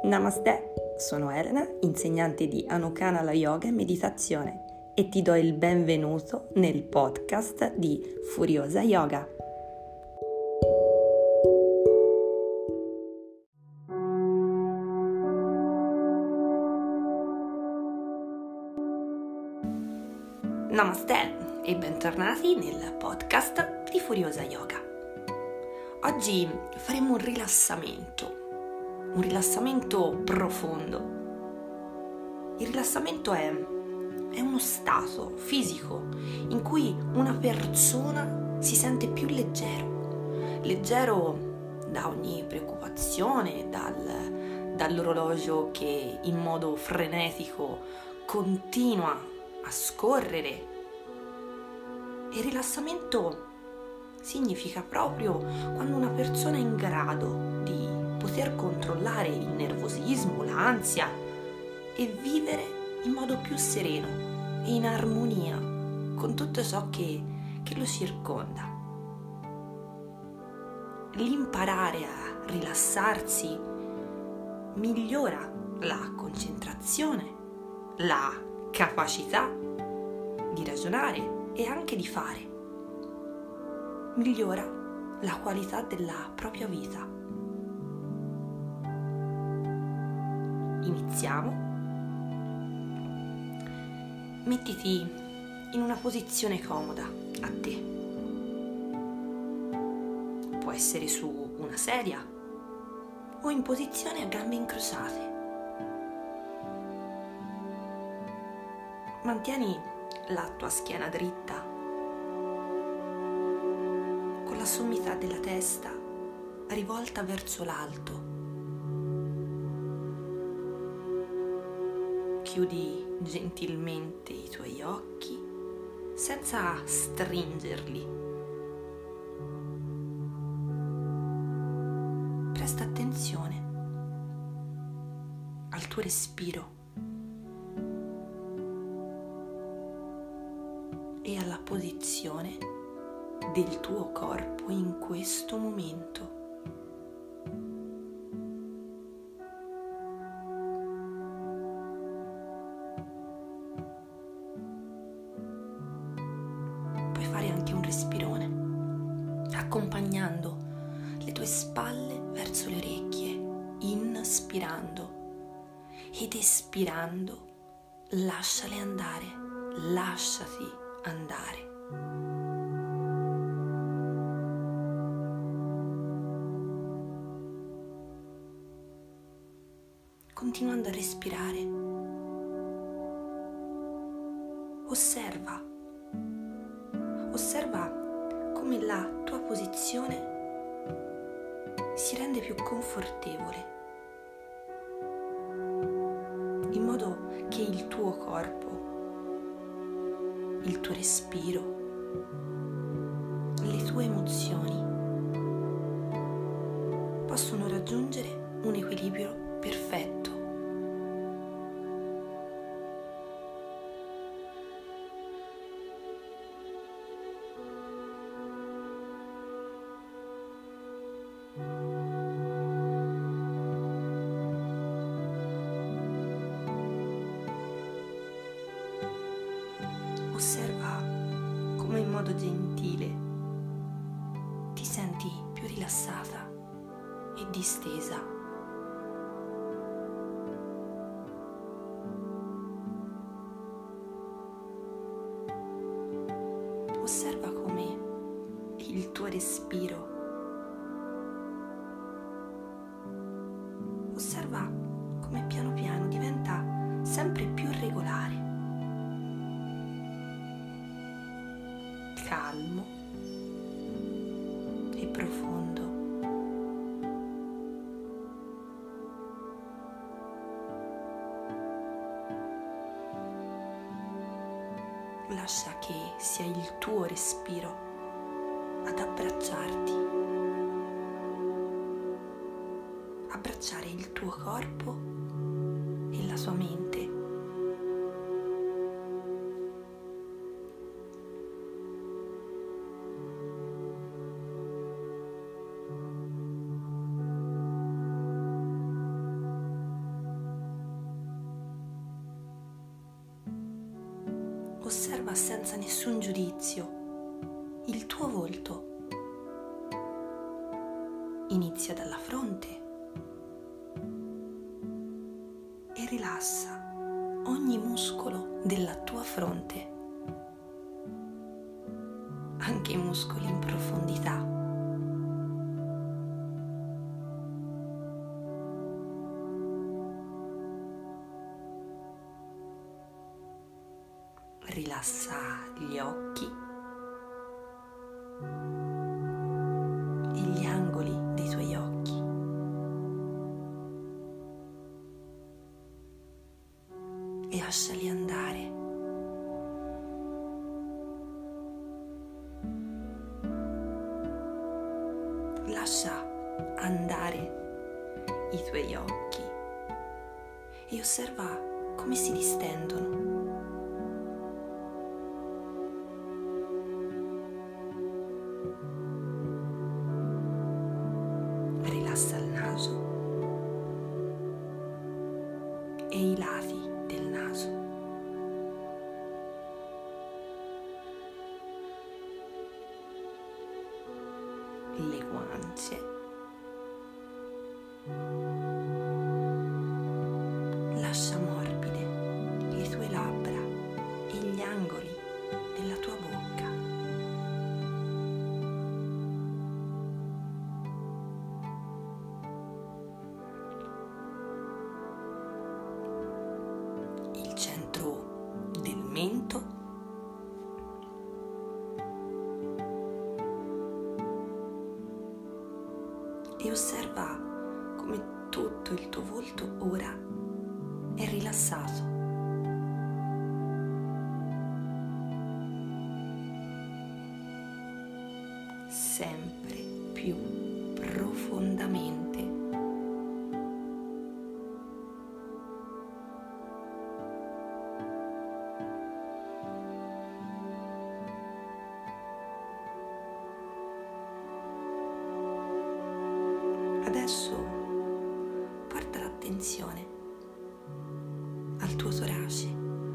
Namaste, sono Elena, insegnante di Anukanala Yoga e Meditazione e ti do il benvenuto nel podcast di Furiosa Yoga. Namaste e bentornati nel podcast di Furiosa Yoga. Oggi faremo un rilassamento profondo. Il rilassamento è uno stato fisico in cui una persona si sente più leggero da ogni preoccupazione, dall'orologio che in modo frenetico continua a scorrere. Il rilassamento significa proprio quando una persona è in grado di poter controllare il nervosismo, l'ansia e vivere in modo più sereno e in armonia con tutto ciò che lo circonda. L'imparare a rilassarsi migliora la concentrazione, la capacità di ragionare e anche di fare. Migliora la qualità della propria vita. Iniziamo. Mettiti in una posizione comoda a te. Può essere su una sedia o in posizione a gambe incrociate. Mantieni la tua schiena dritta, con la sommità della testa rivolta verso l'alto. Chiudi gentilmente i tuoi occhi senza stringerli. Presta attenzione al tuo respiro e alla posizione del tuo corpo in questo momento. Puoi fare anche un respirone, accompagnando le tue spalle verso le orecchie, inspirando ed espirando, lasciale andare, lasciati andare. Continuando a respirare, osserva come la tua posizione si rende più confortevole, in modo che il tuo corpo, il tuo respiro, le tue emozioni possono raggiungere un equilibrio perfetto. Osserva come in modo gentile ti senti più rilassata e distesa. Osserva come il tuo respiro, osserva come piano piano diventa sempre più regolare, calmo e profondo. Lascia che sia il tuo respiro ad abbracciare il tuo corpo e la sua mente. osserva senza nessun giudizio il tuo volto. Inizia dalla fronte e rilassa ogni muscolo della tua fronte, anche i muscoli in profondità. Rilassa gli occhi e gli angoli dei tuoi occhi. E lasciali andare. Lascia andare i tuoi occhi e osserva come si distendono. Rilassa il naso e i lati del naso. Le guance. Lascia morbide le tue labbra e gli angoli della tua bocca. Il centro del mento. E osserva come tutto il tuo volto ora è rilassato. Sempre più profondamente. Adesso porta l'attenzione al tuo torace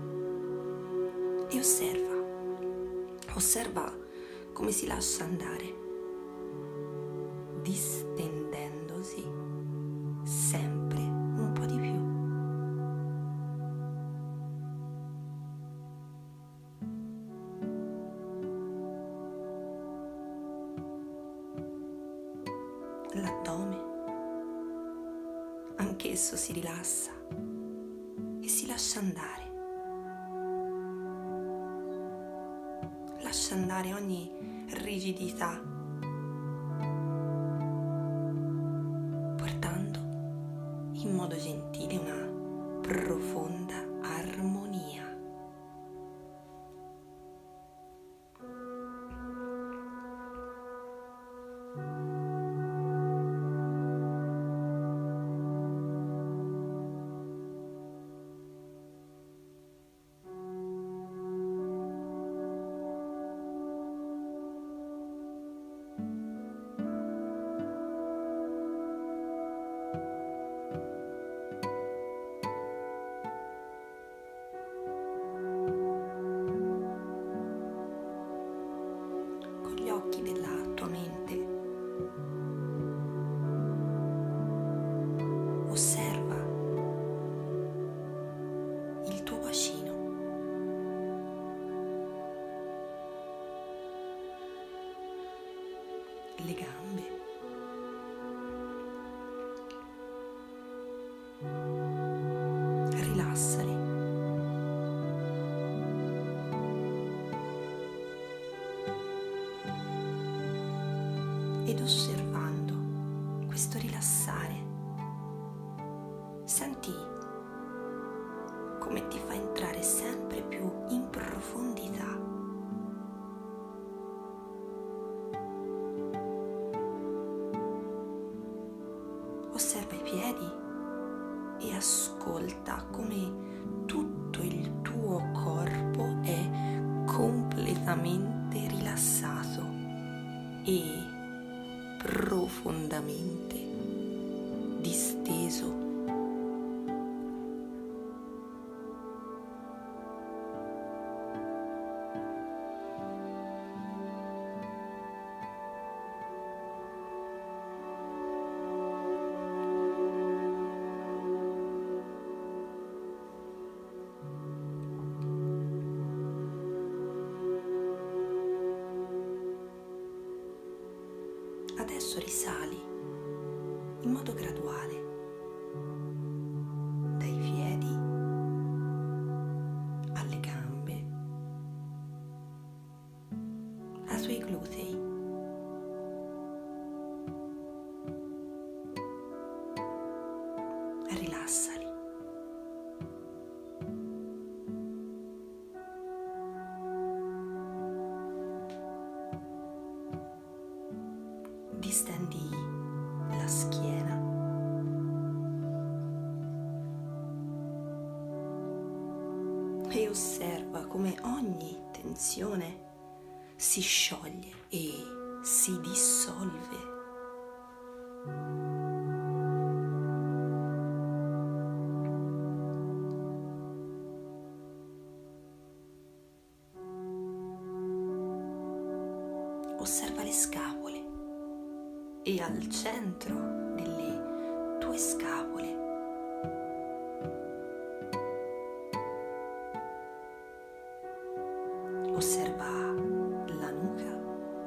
e osserva come si lascia andare, distendendosi sempre un po' di più. L'addome, anch'esso si rilassa e si lascia andare. Lascia andare ogni rigidità, portando in modo gentile una profonda armonia. Gli occhi della tua mente osserva il tuo bacino, le gambe, rilassali. Ed osservando questo rilassare, senti come ti fa entrare sempre più in profondità. Osserva i piedi e ascolta come tutto il tuo corpo è completamente rilassato e profondamente disteso. adesso risali in modo graduale dai piedi alle gambe, ai tuoi glutei. Rilassali. Distendi la schiena. E osserva come ogni tensione si scioglie e si dissolve. Osserva le scapole e al centro delle tue scapole osserva la nuca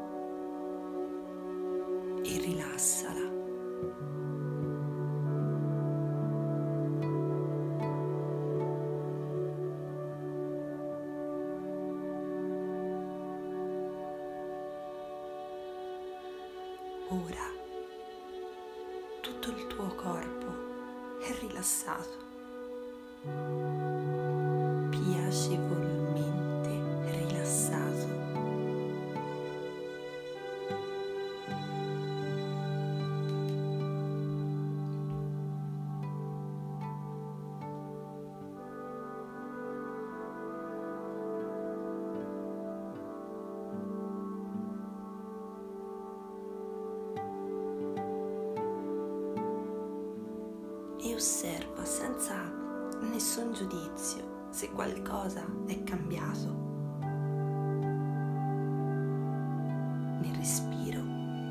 e rilassala. Ora tutto il tuo corpo è rilassato, piacevolmente rilassato. E osserva senza nessun giudizio se qualcosa è cambiato nel respiro,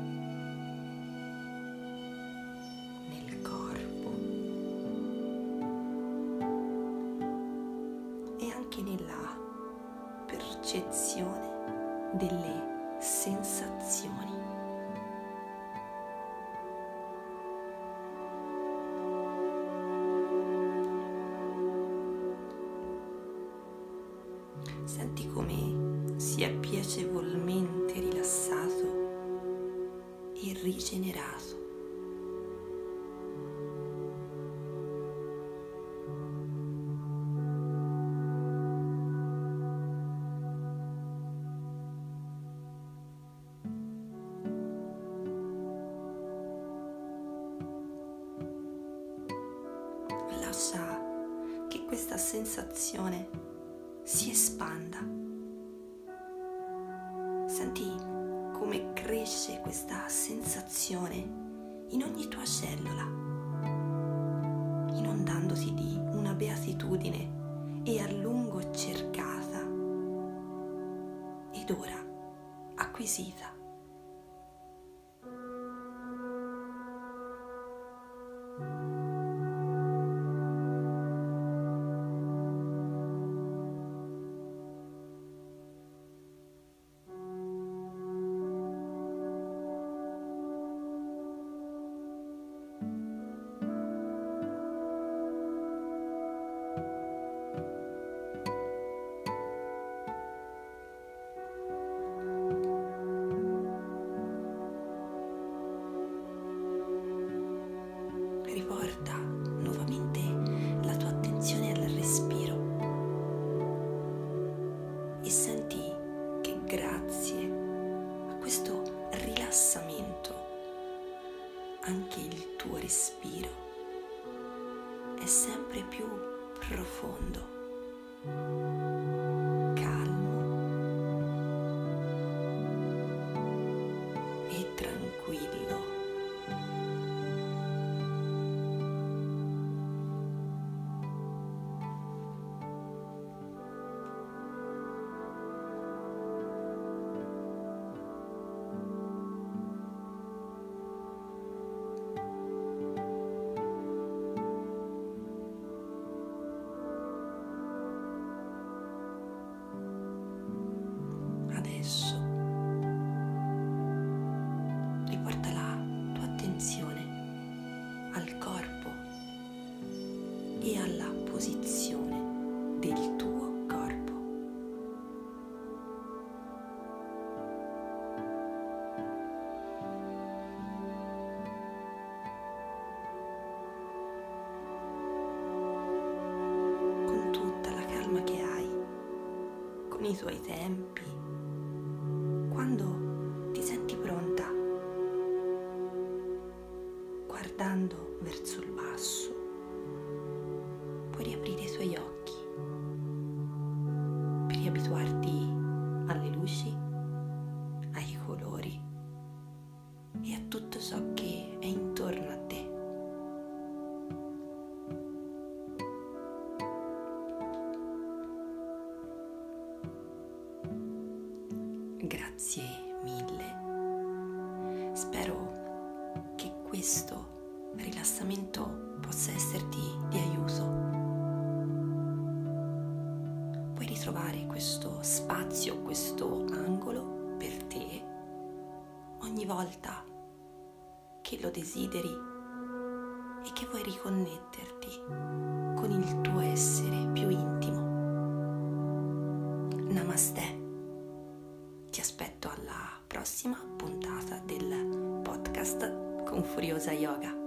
nel corpo e anche nella percezione delle sensazioni. Senti come sia piacevolmente rilassato e rigenerato. Lascia che questa sensazione si espanda. Senti come cresce questa sensazione in ogni tua cellula, inondandoti di una beatitudine e a lungo cercata ed ora acquisita. Riporta nuovamente la tua attenzione al respiro e senti che grazie a questo rilassamento anche il tuo respiro è sempre più profondo, calmo e tranquillo. Adesso riporta la con i suoi tempi. Quando ti senti pronta, guardando verso il basso, puoi riaprire i suoi occhi per riabituarti alle luci, ai colori e a tutto ciò che è intorno a te. Grazie mille. Spero che questo rilassamento possa esserti di aiuto. Puoi ritrovare questo spazio, questo angolo per te ogni volta che lo desideri e che vuoi riconnetterti con il tuo essere più intimo. Namaste. Ti aspetto alla prossima puntata del podcast con Furiosa Yoga.